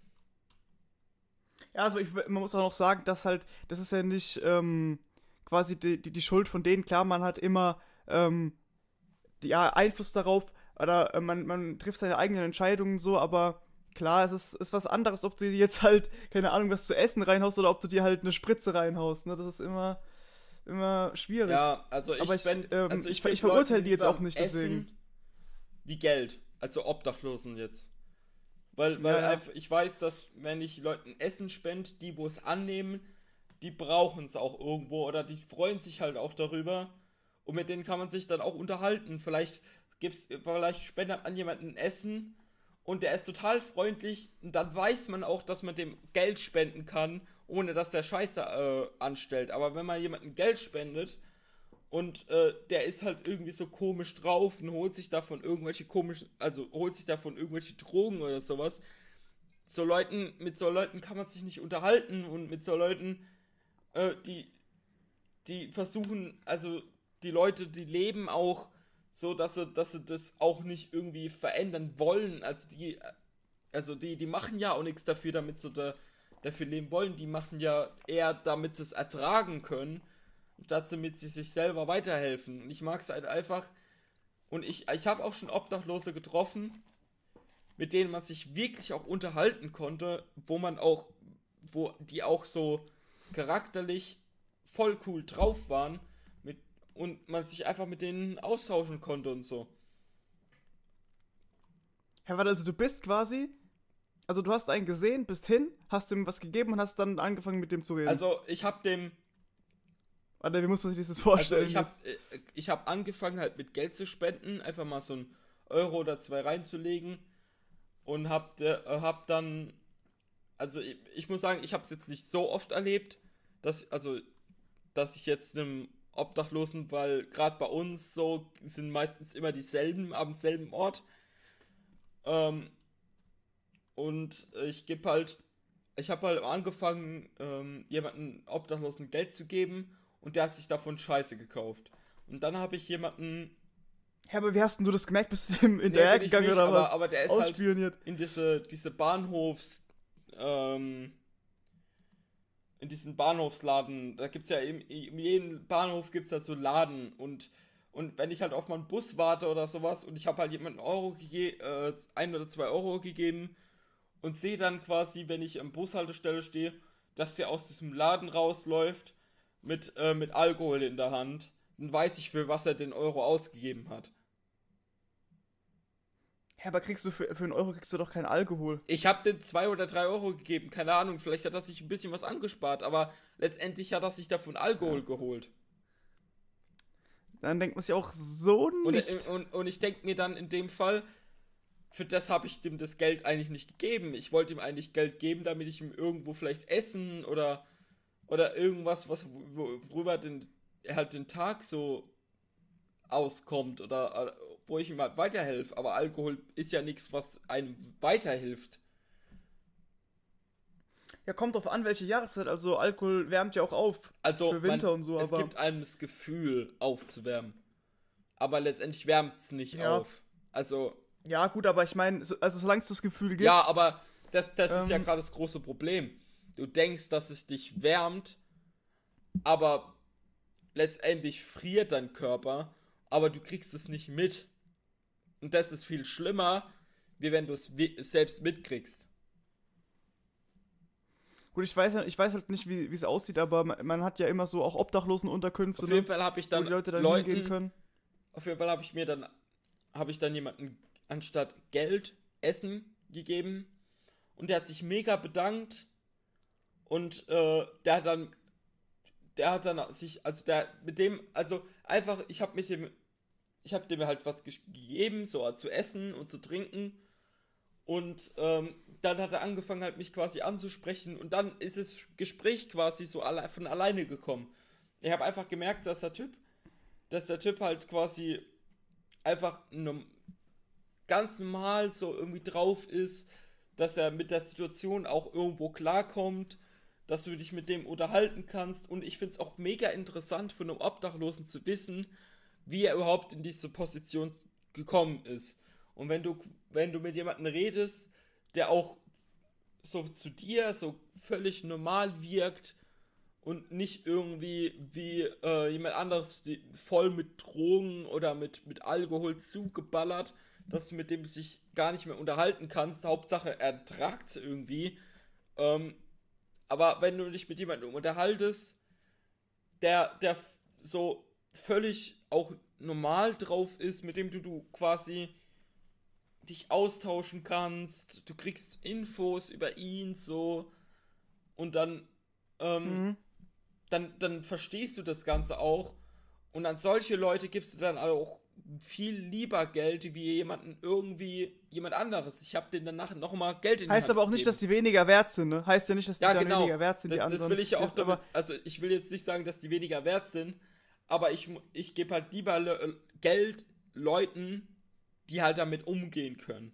Ja, also ich, man muss auch noch sagen, dass halt, das ist ja nicht ähm, quasi die, die, die Schuld von denen. Klar, man hat immer ähm, ja, Einfluss darauf oder äh, man, man trifft seine eigenen Entscheidungen so, aber klar, es ist, ist was anderes, ob du dir jetzt halt, keine Ahnung, was zu essen reinhaust oder ob du dir halt eine Spritze reinhaust, ne? Das ist immer, immer schwierig. Ja, also ich, aber ich, wenn, ähm, also ich, ich, ich verurteile die jetzt auch nicht, Essen deswegen. Wie Geld, also Obdachlosen jetzt. Weil, weil Ja, ja. einfach, ich weiß, dass wenn ich Leuten Essen spende, die wo es annehmen, die brauchen es auch irgendwo oder die freuen sich halt auch darüber. Und mit denen kann man sich dann auch unterhalten. Vielleicht gibt's, vielleicht spendet man jemanden Essen und der ist total freundlich und dann weiß man auch, dass man dem Geld spenden kann, ohne dass der Scheiße äh, anstellt. Aber wenn man jemandem Geld spendet und äh, der ist halt irgendwie so komisch drauf und holt sich davon irgendwelche komischen, also holt sich davon irgendwelche Drogen oder sowas, so Leuten, mit so Leuten kann man sich nicht unterhalten und mit so Leuten, äh, die, die versuchen, also die Leute, die leben auch so, dass sie, dass sie das auch nicht irgendwie verändern wollen. Also die, also die, die machen ja auch nichts dafür, damit sie da, dafür leben wollen. Die machen ja eher, damit sie es ertragen können, statt damit sie sich selber weiterhelfen. Und ich mag es halt einfach. Und ich, ich habe auch schon Obdachlose getroffen, mit denen man sich wirklich auch unterhalten konnte, wo man auch, wo die auch so charakterlich voll cool drauf waren mit, und man sich einfach mit denen austauschen konnte und so. Ja, warte, also du bist quasi, also du hast einen gesehen, bist hin, hast ihm was gegeben und hast dann angefangen mit dem zu reden. Also ich habe dem, Warte, wie muss man sich das also vorstellen? ich habe ich hab angefangen halt mit Geld zu spenden, einfach mal so ein Euro oder zwei reinzulegen und hab, äh, hab dann, also ich, ich muss sagen, ich habe es jetzt nicht so oft erlebt, dass, also, dass ich jetzt einem Obdachlosen, weil gerade bei uns so sind meistens immer dieselben am selben Ort. Ähm, und ich gebe halt, ich habe halt angefangen, ähm, jemanden Obdachlosen Geld zu geben und der hat sich davon Scheiße gekauft. Und dann habe ich jemanden, Ja, aber wie hast denn du das gemerkt? Bist du ihm nee, hinterher bin ich gegangen nicht, oder aber, was? aber der ist halt Ausspioniert. in diese, diese Bahnhofs, ähm, in diesen Bahnhofsladen, da gibt's ja in, in jedem Bahnhof gibt's da so Laden und und wenn ich halt auf meinen Bus warte oder sowas und ich habe halt jemanden Euro gegeben, äh, ein oder zwei Euro gegeben und sehe dann quasi, wenn ich am Bushaltestelle stehe, dass der aus diesem Laden rausläuft mit, äh, mit Alkohol in der Hand, dann weiß ich, für was er den Euro ausgegeben hat. Ja, aber kriegst du für, für einen Euro kriegst du doch keinen Alkohol. Ich habe den zwei oder drei Euro gegeben, keine Ahnung, vielleicht hat er sich ein bisschen was angespart, aber letztendlich hat er sich davon Alkohol Ja. geholt. Dann denkt man sich auch so Und, nicht. und, und ich denke mir dann in dem Fall, für das habe ich dem das Geld eigentlich nicht gegeben. Ich wollte ihm eigentlich Geld geben, damit ich ihm irgendwo vielleicht Essen oder, oder irgendwas, was, worüber den, er halt den Tag so auskommt oder äh, wo ich ihm halt weiterhelfe. Aber Alkohol ist ja nichts, was einem weiterhilft. Ja, kommt drauf an, welche Jahreszeit. Also Alkohol wärmt ja auch auf. Also Für Winter man, und so, es aber. gibt einem das Gefühl, aufzuwärmen. Aber letztendlich wärmt es nicht Ja. auf. Also, Ja, gut, aber ich meine, so, also solange es das Gefühl gibt. ja, aber das, das ist ja Ähm. gerade das große Problem. Du denkst, dass es dich wärmt, aber letztendlich friert dein Körper, aber du kriegst es nicht mit. Und das ist viel schlimmer, wie wenn du es wi- selbst mitkriegst. Gut, ich weiß, ja- ich weiß halt nicht, wie wie es aussieht, aber man, man hat ja immer so auch Obdachlosenunterkünfte, Auf ne, jeden Fall habe ich wo dann die Leute dann hingehen Leuten, können. auf jeden Fall habe ich mir dann, habe ich dann jemanden anstatt Geld Essen gegeben und der hat sich mega bedankt und äh, der hat dann, der hat dann sich, also der, mit dem, also einfach, ich habe mit dem, ich habe dem halt was ge- gegeben, so zu essen und zu trinken und ähm, dann hat er angefangen halt mich quasi anzusprechen und dann ist das Gespräch quasi so alle, von alleine gekommen. Ich habe einfach gemerkt, dass der Typ, dass der Typ halt quasi einfach nom- ganz normal so irgendwie drauf ist, dass er mit der Situation auch irgendwo klarkommt, dass du dich mit dem unterhalten kannst und ich finde es auch mega interessant von einem Obdachlosen zu wissen, wie er überhaupt in diese Position gekommen ist. Und wenn du, wenn du mit jemandem redest, der auch so zu dir so völlig normal wirkt und nicht irgendwie wie äh, jemand anderes die, voll mit Drogen oder mit, mit Alkohol zugeballert, dass du mit dem sich gar nicht mehr unterhalten kannst. Hauptsache, er tragt irgendwie. Ähm, aber wenn du dich mit jemandem unterhaltest, der, der, so völlig auch normal drauf ist, mit dem du, du quasi dich austauschen kannst, du kriegst Infos über ihn so und dann ähm, Mhm. dann, dann verstehst du das Ganze auch und an solche Leute gibst du dann auch viel lieber Geld wie jemanden irgendwie jemand anderes. Ich habe denen danach nochmal Geld in die Heißt Hand aber auch nicht, gegeben. dass die weniger wert sind, ne? Heißt ja nicht, dass die Ja, dann genau. weniger wert sind, die Das, anderen. das will ich ja auch Ist damit, aber, also ich will jetzt nicht sagen, dass die weniger wert sind, aber ich, mu- ich gebe halt lieber Le Geld Leuten, die halt damit umgehen können.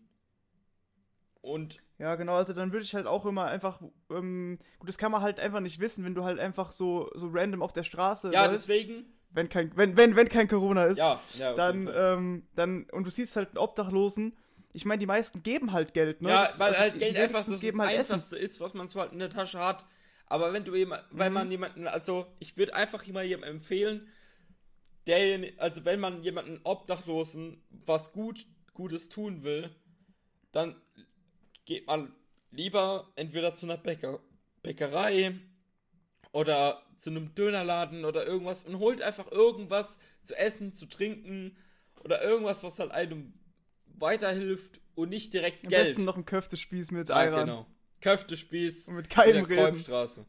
Und ja, genau, also dann würde ich halt auch immer einfach, ähm, gut, das kann man halt einfach nicht wissen, wenn du halt einfach so, so random auf der Straße ja, läufst, deswegen, wenn kein, wenn, wenn, wenn kein Corona ist, ja, ja, auf dann, jeden Fall. ähm, dann, und du siehst halt einen Obdachlosen, ich meine, die meisten geben halt Geld, ne? Ja, Das- weil also halt die Geld wenigsten einfach das, geben das halt Essen. Einfachste ist, was man so halt in der Tasche hat. Aber wenn du jemand, wenn Mhm. man jemanden, also ich würde einfach immer jemandem empfehlen, der, also wenn man jemanden Obdachlosen was gut, Gutes tun will, dann geht man lieber entweder zu einer Bäcker, Bäckerei oder zu einem Dönerladen oder irgendwas und holt einfach irgendwas zu essen, zu trinken oder irgendwas, was halt einem weiterhilft und nicht direkt Am Geld. besten noch ein Köftespieß mit Ja, Ayran. genau. Köftespieß Und mit in keinem der reden. Kolbstraße.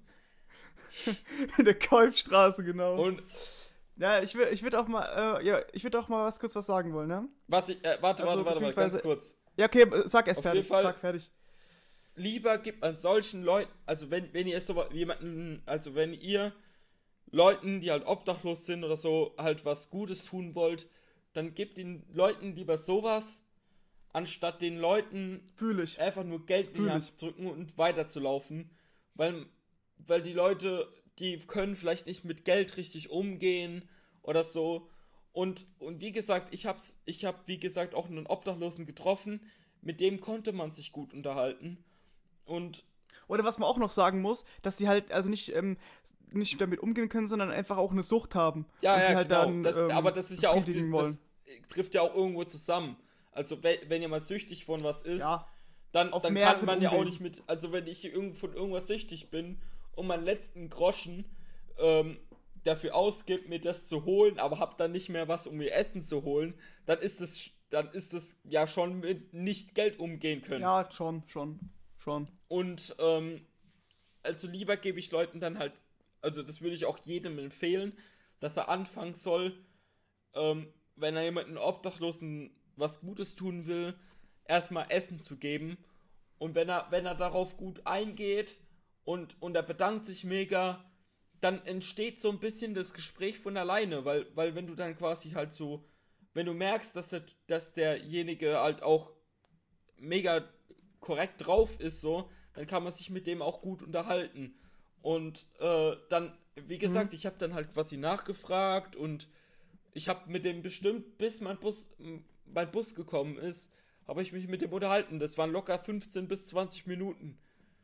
In der Kolbstraße, genau. Und Ja, ich würde ich würd auch mal, äh, ja, ich würde auch mal was kurz was sagen wollen, ne? was ich, äh, warte, Also, warte, warte, warte, ganz beziehungsweise- kurz. Ja, okay, äh, sag erst Auf fertig, jeden Fall- sag fertig. Lieber gibt man solchen Leuten, also wenn, wenn ihr so jemanden, also wenn ihr Leuten, die halt obdachlos sind oder so, halt was Gutes tun wollt, dann gebt den Leuten lieber sowas, anstatt den Leuten Fühl ich. einfach nur Geld in die Fühl Hand ich. zu drücken und weiterzulaufen. Weil, weil die Leute, die können vielleicht nicht mit Geld richtig umgehen oder so. Und, und wie gesagt, ich hab's, ich hab, wie gesagt, auch einen Obdachlosen getroffen, mit dem konnte man sich gut unterhalten. Und Oder was man auch noch sagen muss, dass die halt also nicht, ähm, nicht damit umgehen können, sondern einfach auch eine Sucht haben. ja, und ja, die halt genau. dann, das, ähm, aber das ist ja auch, befriedigen das, wollen. das trifft ja auch irgendwo zusammen. Also wenn, wenn jemand süchtig von was ist, Ja, dann, auf dann mehreren kann man ja auch Umwegen. nicht mit, also wenn ich irgend, von irgendwas süchtig bin und meinen letzten Groschen ähm, dafür ausgibt, mir das zu holen, aber hab dann nicht mehr was, um mir Essen zu holen, dann ist das, dann ist das ja schon mit nicht Geld umgehen können. ja, schon, schon, schon. Und ähm, also lieber gebe ich Leuten dann halt, also das würde ich auch jedem empfehlen, dass er anfangen soll, ähm, wenn er jemanden Obdachlosen was Gutes tun will, erstmal Essen zu geben. Und wenn er, wenn er darauf gut eingeht und, und er bedankt sich mega, dann entsteht so ein bisschen das Gespräch von alleine, weil, weil wenn du dann quasi halt so, wenn du merkst, dass, der, dass derjenige halt auch mega korrekt drauf ist, so, dann kann man sich mit dem auch gut unterhalten. Und äh, dann, wie gesagt, ich habe dann halt quasi nachgefragt und ich habe mit dem bestimmt, bis mein Bus, m- mein Bus gekommen ist, habe ich mich mit dem unterhalten. Das waren locker fünfzehn bis zwanzig Minuten.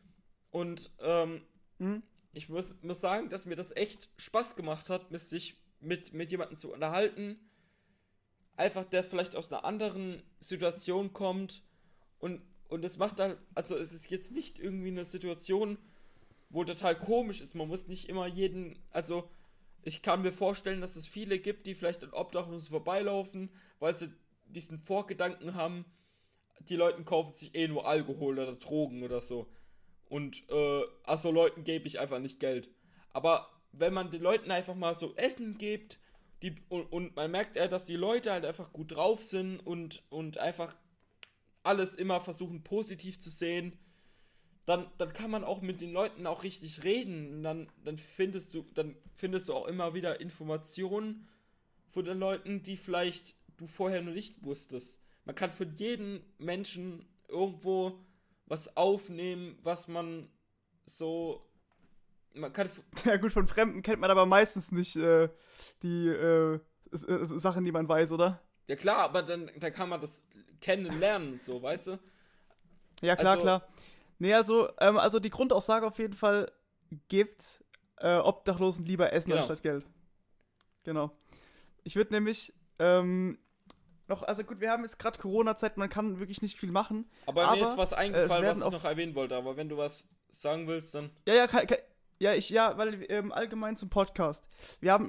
Und ähm, Hm? ich muss, muss sagen, dass mir das echt Spaß gemacht hat, mit sich mit, mit jemandem zu unterhalten. Einfach, der vielleicht aus einer anderen Situation kommt. Und, und es macht halt, also es ist jetzt nicht irgendwie eine Situation, wo total komisch ist. Man muss nicht immer jeden, also ich kann mir vorstellen, dass es viele gibt, die vielleicht an Obdachlosen vorbeilaufen, weil sie diesen Vorgedanken haben, die Leute kaufen sich eh nur Alkohol oder Drogen oder so. Und äh, also Leuten gebe ich einfach nicht Geld. Aber wenn man den Leuten einfach mal so Essen gibt, die, und, und man merkt ja, dass die Leute halt einfach gut drauf sind und, und einfach alles immer versuchen positiv zu sehen, dann, dann kann man auch mit den Leuten auch richtig reden. Und dann, dann findest du, dann findest du auch immer wieder Informationen von den Leuten, die vielleicht du vorher noch nicht wusstest. Man kann von jedem Menschen irgendwo was aufnehmen, was man so. Man kann. Ja gut, von Fremden kennt man aber meistens nicht äh, die äh, s- äh, Sachen, die man weiß, oder? Ja klar, aber dann, dann kann man das kennenlernen, so, weißt du? Ja, klar, Also- klar. Nee, also, ähm, also die Grundaussage auf jeden Fall, gibt äh, Obdachlosen lieber Essen Genau. anstatt Geld. Genau. Ich würde nämlich ähm, noch, also gut, wir haben jetzt gerade Corona-Zeit, man kann wirklich nicht viel machen. Aber, Aber, mir ist was äh, es eingefallen, was werden ich auf- noch erwähnen wollte. Aber wenn du was sagen willst, dann. Ja, ja, kann, kann, ja, ich, ja, weil ähm, allgemein zum Podcast. Wir haben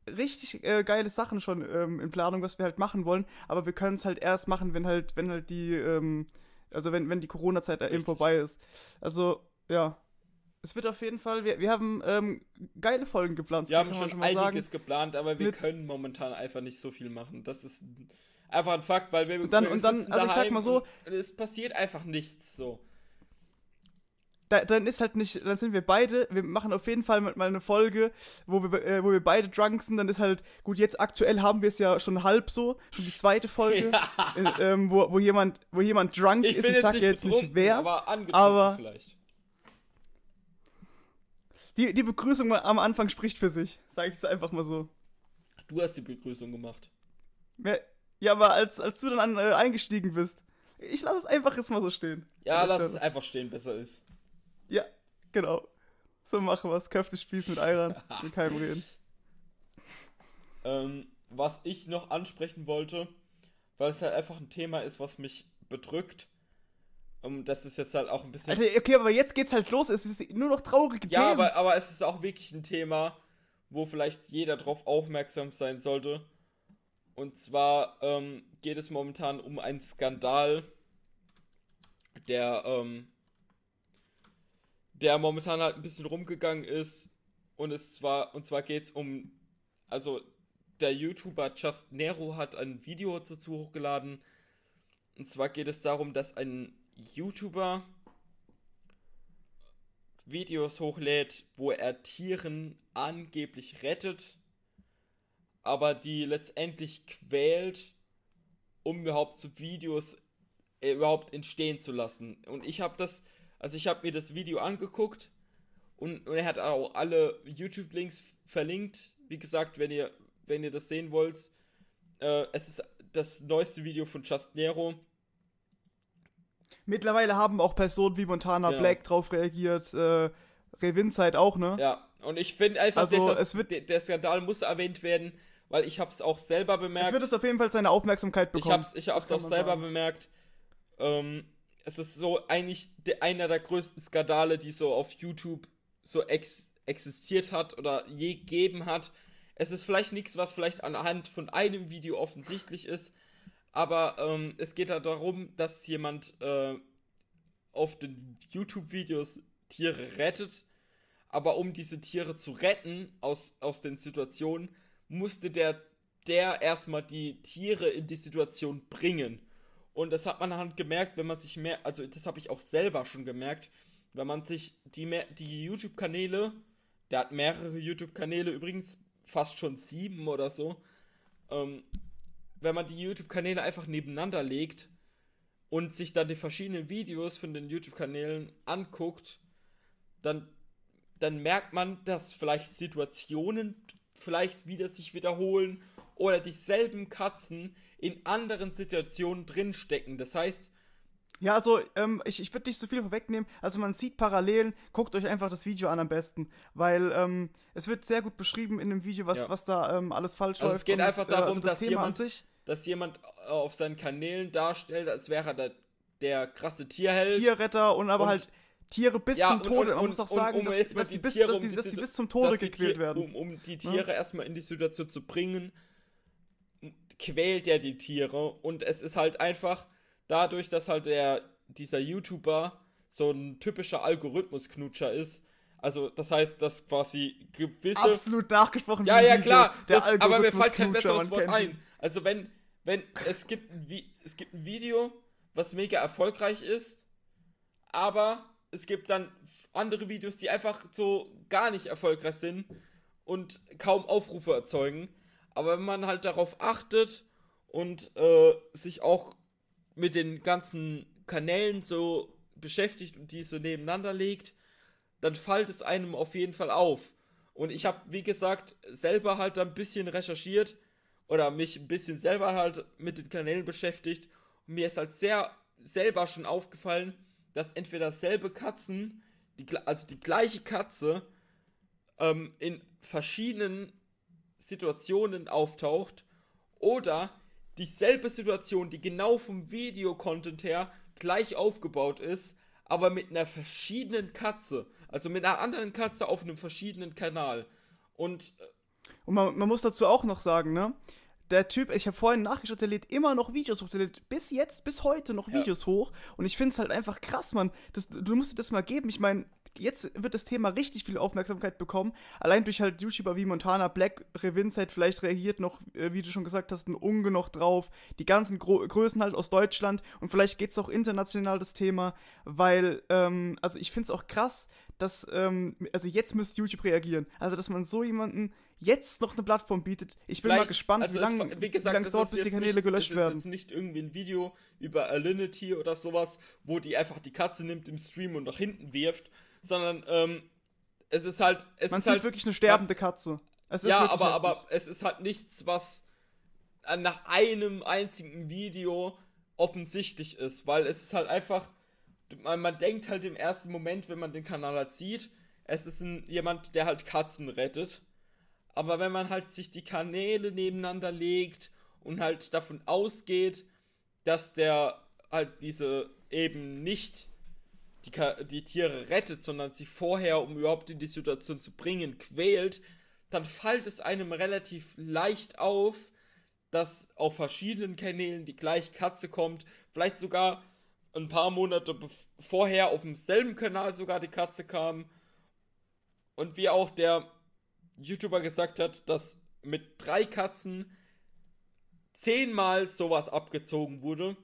richtig äh, geile Sachen schon ähm, in Planung, was wir halt machen wollen, aber wir können es halt erst machen, wenn halt, wenn halt die, ähm, also wenn, wenn die Corona-Zeit da eben Richtig. vorbei ist. Also, ja. Es wird auf jeden Fall, wir, wir haben ähm, geile Folgen geplant. Wir haben kann man schon mal einiges sagen. geplant, aber wir Mit- können momentan einfach nicht so viel machen. Das ist einfach ein Fakt, weil wir, Und dann- wir und dann- sitzen also ich sag daheim mal so- und es passiert einfach nichts so. Da, dann ist halt nicht, dann sind wir beide, wir machen auf jeden Fall mal eine Folge, wo wir, äh, wo wir beide drunk sind, dann ist halt, gut, jetzt aktuell haben wir es ja schon halb so, schon die zweite Folge, Ja. in, ähm, wo, wo jemand, wo jemand drunk Ich ist, bin ich jetzt sag nicht ja jetzt betrunken, nicht wer, aber angetrunken aber- vielleicht. die, die Begrüßung am Anfang spricht für sich, sag ich es einfach mal so. Du hast die Begrüßung gemacht. Ja, ja, aber als, als du dann an, äh, eingestiegen bist, ich lasse es einfach jetzt mal so stehen. Ja, An der lass es Stelle. einfach stehen, besser ist. Ja, genau. So machen wir es. Köftespieß mit Ayran. Mit keinem reden. Ähm, was ich noch ansprechen wollte, weil es halt einfach ein Thema ist, was mich bedrückt. Um, das ist jetzt halt auch ein bisschen. Alter, okay, aber jetzt geht's halt los. Es ist nur noch traurige Ja, Themen. aber, aber es ist auch wirklich ein Thema, wo vielleicht jeder drauf aufmerksam sein sollte. Und zwar ähm, geht es momentan um einen Skandal, der, ähm, der momentan halt ein bisschen rumgegangen ist. Und es zwar, und zwar geht es um, also der YouTuber Just Nero hat ein Video dazu hochgeladen. Und zwar geht es darum, dass ein YouTuber Videos hochlädt, wo er Tieren angeblich rettet, aber die letztendlich quält, um überhaupt so Videos äh, überhaupt entstehen zu lassen. Und ich habe das, also ich habe mir das Video angeguckt und, und er hat auch alle YouTube-Links verlinkt. Wie gesagt, wenn ihr, wenn ihr das sehen wollt, äh, es ist das neueste Video von Just Nero. Mittlerweile haben auch Personen wie Montana Genau. Black drauf reagiert. Äh, Revinzeit auch, ne? Ja, und ich finde einfach, Also, dass es wird- der, der Skandal muss erwähnt werden, weil ich habe es auch selber Es bemerkt. wird es auf jeden Fall seine Aufmerksamkeit Ich bekommen. hab's, ich hab's Das kann auch man selber sagen. bemerkt. Ähm, es ist so eigentlich de, einer der größten Skandale, die so auf YouTube so ex, existiert hat oder je gegeben hat. Es ist vielleicht nichts, was vielleicht anhand von einem Video offensichtlich ist, aber ähm, es geht da darum, dass jemand äh, auf den YouTube-Videos Tiere rettet, aber um diese Tiere zu retten aus, aus den Situationen, musste der der erstmal die Tiere in die Situation bringen. Und das hat man halt gemerkt, wenn man sich mehr, also das habe ich auch selber schon gemerkt, wenn man sich die, mehr, die YouTube-Kanäle, der hat mehrere YouTube-Kanäle, übrigens fast schon sieben oder so, ähm, wenn man die YouTube-Kanäle einfach nebeneinander legt und sich dann die verschiedenen Videos von den YouTube-Kanälen anguckt, dann, dann merkt man, dass vielleicht Situationen vielleicht wieder sich wiederholen oder dieselben Katzen in anderen Situationen drinstecken. Das heißt, Ja, also, ähm, ich, ich würde nicht so viel vorwegnehmen. Also, man sieht Parallelen. Guckt euch einfach das Video an am besten. Weil, ähm, es wird sehr gut beschrieben in dem Video, was, Ja. was da ähm, alles falsch Also, läuft. es geht Und einfach darum, das dass Thema jemand- an sich, dass jemand äh, auf seinen Kanälen darstellt, als wäre er der, der krasse Tierheld. Tierretter und aber Und- halt Tiere bis Ja, zum und- Tode. und- Man muss auch und- sagen, um dass, erstmal dass, die die bis, Tiere dass, um die, die dass die Situ- bis zum Tode dass die gequält Tier- werden. Um, um die Tiere erstmal in die Situation zu bringen, quält er die Tiere. Und es ist halt einfach dadurch, dass halt der, dieser YouTuber so ein typischer Algorithmusknutscher ist. Also, das heißt, dass quasi gewisse. Absolut nachgesprochen. Ja, wie im ja, Video. klar. Der Das, aber mir fällt kein Algorithmus-Knutscher, besseres man Wort kennt ihn. ein. Also, wenn, wenn es gibt, ein Vi- es gibt ein Video, was mega erfolgreich ist, aber es gibt dann f- andere Videos, die einfach so gar nicht erfolgreich sind und kaum Aufrufe erzeugen. Aber wenn man halt darauf achtet und äh, sich auch mit den ganzen Kanälen so beschäftigt und die so nebeneinander legt, dann fällt es einem auf jeden Fall auf. Und ich habe, wie gesagt, selber halt ein bisschen recherchiert oder mich ein bisschen selber halt mit den Kanälen beschäftigt. Und mir ist halt sehr selber schon aufgefallen, dass entweder selbe Katzen, die, gle- also die gleiche Katze, ähm, in verschiedenen Situationen auftaucht oder dieselbe Situation, die genau vom Video-Content her gleich aufgebaut ist, aber mit einer verschiedenen Katze. Also mit einer anderen Katze auf einem verschiedenen Kanal. Und äh, Und man, man muss dazu auch noch sagen, ne? Der Typ, ich habe vorhin nachgeschaut, der lädt immer noch Videos hoch. Der lädt bis jetzt, bis heute noch Ja. Videos hoch. Und ich finde es halt einfach krass, Mann. Das, du musst dir das mal geben. Ich meine, jetzt wird das Thema richtig viel Aufmerksamkeit bekommen. Allein durch halt YouTuber wie Montana Black, Revinside, vielleicht reagiert noch, äh, wie du schon gesagt hast, ein Unge noch drauf. Die ganzen Gro- Größen halt aus Deutschland. Und vielleicht geht es auch international, das Thema. Weil, ähm, also ich finde es auch krass, dass, ähm, also jetzt müsste YouTube reagieren. Also, dass man so jemanden jetzt noch eine Plattform bietet. Ich bin mal Vielleicht- gespannt, also wie es- lange wie gesagt, es das dauert, ist bis die jetzt Kanäle nicht, gelöscht das ist werden. jetzt nicht irgendwie ein Video über Alinity oder sowas, wo die einfach die Katze nimmt im Stream und nach hinten wirft, sondern ähm, es ist halt, es Man ist sieht halt, wirklich eine sterbende Katze. Es ist ja, wirklich aber, heftig. aber es ist halt nichts, was äh, nach einem einzigen Video offensichtlich ist, weil es ist halt einfach, man, man denkt halt im ersten Moment, wenn man den Kanal halt sieht, es ist ein, jemand, der halt Katzen rettet. Aber wenn man halt sich die Kanäle nebeneinander legt und halt davon ausgeht, dass der halt diese eben nicht die, Ka- die Tiere rettet, sondern sie vorher, um überhaupt in die Situation zu bringen, quält, dann fällt es einem relativ leicht auf, dass auf verschiedenen Kanälen die gleiche Katze kommt, vielleicht sogar ein paar Monate bev- vorher auf demselben Kanal sogar die Katze kam. Und wie auch der YouTuber gesagt hat, dass mit drei Katzen zehnmal sowas abgezogen wurde.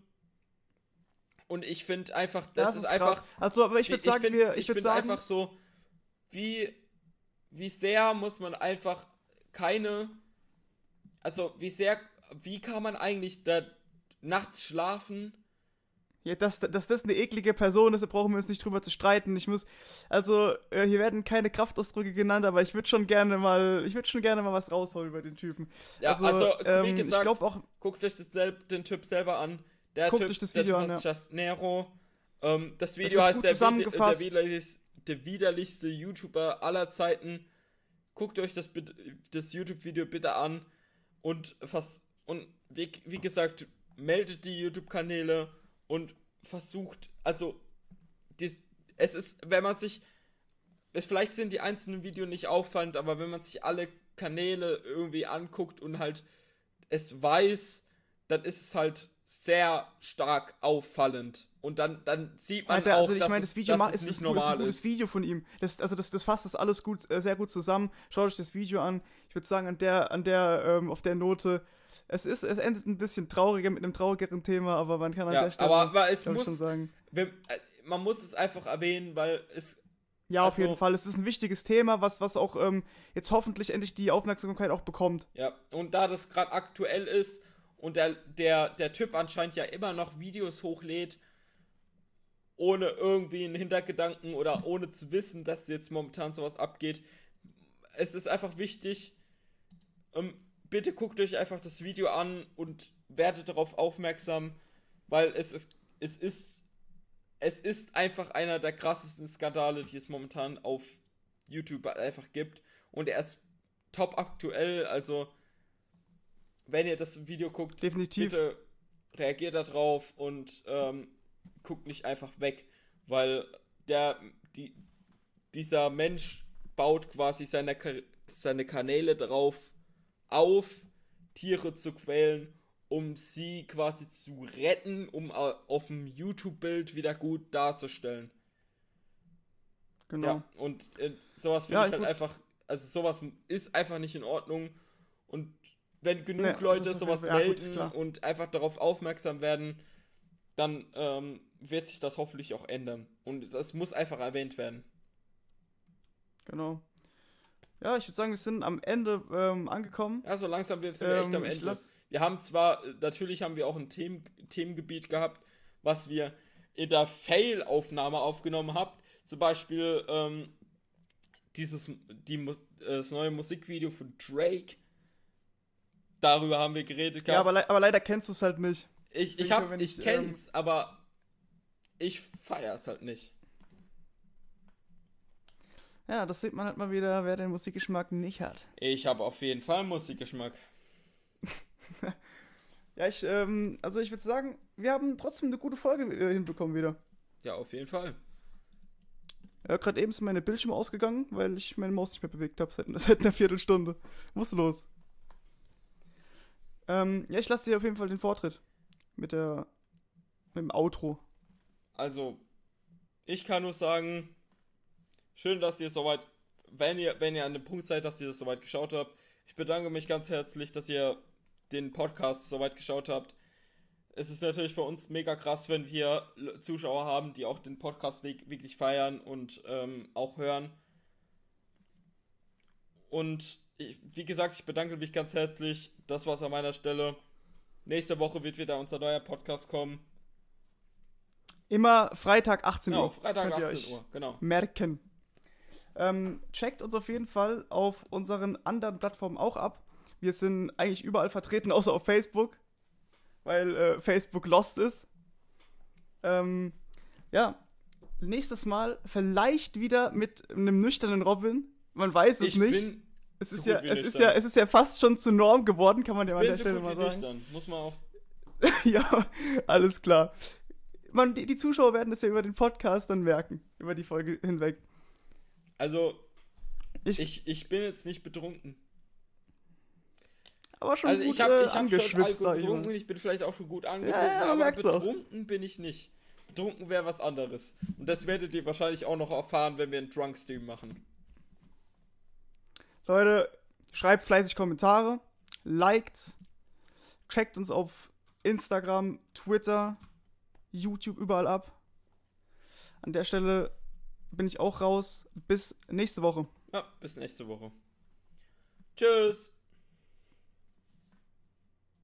Und ich finde einfach, das, ist, einfach. krass. Also, aber ich würde sagen, find, wir, ich ich würde finde sagen, einfach so, wie, wie sehr muss man einfach keine. Also, wie sehr. Wie kann man eigentlich da nachts schlafen? ja, dass, dass das eine eklige Person ist, da brauchen wir uns nicht drüber zu streiten. Ich muss, also, äh, hier werden keine Kraftausdrücke genannt, aber ich würde schon gerne mal, ich würde schon gerne mal was raushauen über den Typen. Ja, also, wie ähm, gesagt, ich glaube auch, guckt euch das selb, den Typ selber an. Der Guckt Typ, euch das der Video Typ an, heißt ja. Just Nero. Ähm, das Video wird heißt gut der, Vid- der, zusammengefasst. widerlichste, der widerlichste YouTuber aller Zeiten. Guckt euch das, bit- das YouTube-Video bitte an und fast und wie, wie gesagt, meldet die YouTube-Kanäle und versucht, also dies, es ist, wenn man sich, es, vielleicht sind die einzelnen Videos nicht auffallend, aber wenn man sich alle Kanäle irgendwie anguckt und halt es weiß, dann ist es halt sehr stark auffallend. Und dann, dann sieht man Alter, auch, also ich dass meine, es- das Video dass macht, es ist, nicht ist, gut, ist ein normal gutes ist. Video von ihm. Das, also das, das fasst das alles gut, äh, sehr gut zusammen. Schaut euch das Video an. Ich würde sagen, an der, an der, ähm, auf der Note, es ist, es endet ein bisschen trauriger mit einem traurigeren Thema, aber man kann an Ja, der Stelle, aber, aber es glaub ich, muss, schon sagen. wenn, äh, man muss es einfach erwähnen, weil es, Ja, auf also- jeden Fall. Es ist ein wichtiges Thema, was, was auch ähm, jetzt hoffentlich endlich die Aufmerksamkeit auch bekommt. ja, und da das gerade aktuell ist und der, der, der Typ anscheinend ja immer noch Videos hochlädt, ohne irgendwie einen Hintergedanken oder ohne zu wissen, dass jetzt momentan sowas abgeht, es ist einfach wichtig, ähm, bitte guckt euch einfach das Video an und werdet darauf aufmerksam, weil es ist, es ist, es ist einfach einer der krassesten Skandale, die es momentan auf YouTube einfach gibt. Und er ist top aktuell, also wenn ihr das Video guckt, Definitiv. bitte reagiert da drauf und ähm, guckt nicht einfach weg, weil der, die, dieser Mensch baut quasi seine, Ka- seine Kanäle darauf auf, Tiere zu quälen, um sie quasi zu retten, um au- auf dem YouTube-Bild wieder gut darzustellen. Genau. Ja, und äh, sowas finde Ja, ich halt gut. einfach, also sowas ist einfach nicht in Ordnung. Und wenn genug Nee, das Leute ist auf sowas jeden Fall- ja, gut, ist melden klar. und einfach darauf aufmerksam werden, dann ähm, wird sich das hoffentlich auch ändern. Und das muss einfach erwähnt werden. Genau. Ja, ich würde sagen, wir sind am Ende ähm, angekommen. Ja, so langsam sind wir echt am Ähm, ich Ende. lass- Wir haben zwar, äh, natürlich haben wir auch ein Themen, Themengebiet gehabt, was wir in der Fail-Aufnahme aufgenommen haben. Zum Beispiel ähm, dieses, die, Mus- äh, das neue Musikvideo von Drake. Darüber haben wir geredet Ja, gehabt. aber, le aber leider kennst du es halt nicht. ich, ich, deswegen hab, können wir ich nicht, kenn's, aber ich feier's halt nicht. Ja, das sieht man halt mal wieder, wer den Musikgeschmack nicht hat. Ich habe auf jeden Fall Musikgeschmack. Ja, ich, ähm, also ich würde sagen, wir haben trotzdem eine gute Folge äh, hinbekommen wieder. Ja, auf jeden Fall. Ja, gerade eben ist meine Bildschirm ausgegangen, weil ich meine Maus nicht mehr bewegt habe seit, seit einer Viertelstunde. Muss los. Ähm, ja, ich lasse dir auf jeden Fall den Vortritt. Mit der. Mit dem Outro. Also, ich kann nur sagen, schön, dass ihr soweit, wenn ihr, wenn ihr an dem Punkt seid, dass ihr das soweit geschaut habt. Ich bedanke mich ganz herzlich, dass ihr den Podcast soweit geschaut habt. Es ist natürlich für uns mega krass, wenn wir Zuschauer haben, die auch den Podcast wirklich feiern und ähm, auch hören. Und ich, wie gesagt, ich bedanke mich ganz herzlich. Das war's an meiner Stelle. Nächste Woche wird wieder unser neuer Podcast kommen. Immer Freitag achtzehn Genau, Uhr. Freitag achtzehn Uhr, genau. Merken. Ähm, checkt uns auf jeden Fall auf unseren anderen Plattformen auch ab. Wir sind eigentlich überall vertreten, außer auf Facebook. Weil äh, Facebook lost ist. Ähm, ja, nächstes Mal vielleicht wieder mit einem nüchternen Robin. Man weiß es ich nicht. Bin es, so ist gut ja, wie es, ist nüchtern. ja, es ist ja fast schon zur Norm geworden, kann man ja an bin der so Stelle gut mal wie sagen. nüchtern. Muss man auch. Ja, alles klar. Man, die, die Zuschauer werden es ja über den Podcast dann merken, über die Folge hinweg. Also, Ich, ich, ich bin jetzt nicht betrunken. aber schon Also gut ich habe äh, ich hab schon angeschwipst, Alkohol sag ich getrunken, mal. ich bin vielleicht auch schon gut angetrunken, Ja, ja, man aber merkt's auch. betrunken bin ich nicht. Betrunken wäre was anderes. Und das werdet ihr wahrscheinlich auch noch erfahren, wenn wir einen Drunk-Stream machen. Leute, schreibt fleißig Kommentare, liked, checkt uns auf Instagram, Twitter, YouTube überall ab. An der Stelle bin ich auch raus. Bis nächste Woche. Ja, bis nächste Woche. Tschüss.